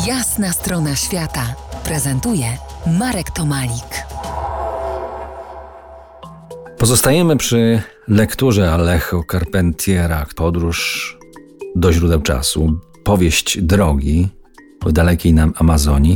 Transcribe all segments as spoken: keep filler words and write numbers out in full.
Jasna strona świata prezentuje Marek Tomalik. Pozostajemy przy lekturze Alejo Carpentiera. Podróż do źródeł czasu. Powieść drogi w dalekiej nam Amazonii.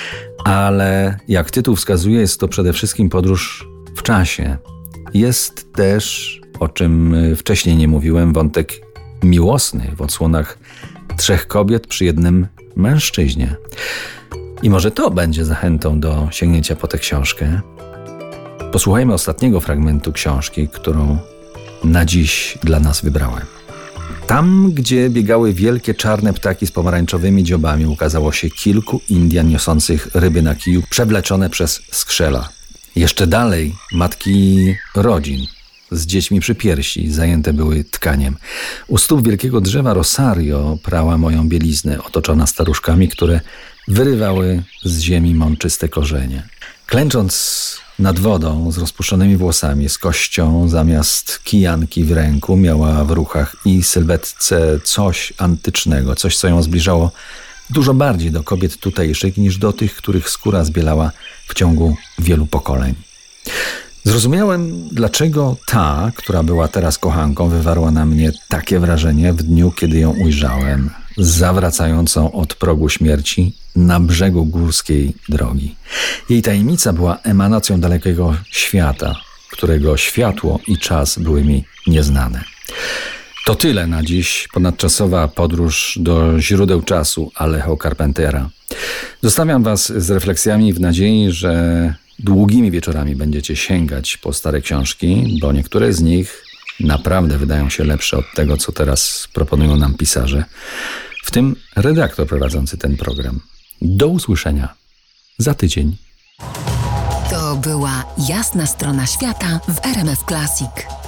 Ale jak tytuł wskazuje, jest to przede wszystkim podróż w czasie. Jest też, o czym wcześniej nie mówiłem, wątek miłosny w odsłonach trzech kobiet przy jednym mężczyźnie. I może to będzie zachętą do sięgnięcia po tę książkę. Posłuchajmy ostatniego fragmentu książki, którą na dziś dla nas wybrałem. Tam, gdzie biegały wielkie czarne ptaki z pomarańczowymi dziobami, ukazało się kilku Indian niosących ryby na kiju, przewleczone przez skrzela. Jeszcze dalej matki rodzin z dziećmi przy piersi zajęte były tkaniem. U stóp wielkiego drzewa Rosario prała moją bieliznę, otoczona staruszkami, które wyrywały z ziemi mączyste korzenie. Klęcząc nad wodą z rozpuszczonymi włosami, z kością zamiast kijanki w ręku, miała w ruchach i sylwetce coś antycznego, coś, co ją zbliżało dużo bardziej do kobiet tutejszych niż do tych, których skóra zbielała w ciągu wielu pokoleń. Zrozumiałem, dlaczego ta, która była teraz kochanką, wywarła na mnie takie wrażenie w dniu, kiedy ją ujrzałem, zawracającą od progu śmierci na brzegu górskiej drogi. Jej tajemnica była emanacją dalekiego świata, którego światło i czas były mi nieznane. To tyle na dziś. Ponadczasowa podróż do źródeł czasu Alejo Carpentiera. Zostawiam was z refleksjami w nadziei, że długimi wieczorami będziecie sięgać po stare książki, bo niektóre z nich naprawdę wydają się lepsze od tego, co teraz proponują nam pisarze, w tym redaktor prowadzący ten program. Do usłyszenia za tydzień. To była Jasna strona świata w R M F Classic.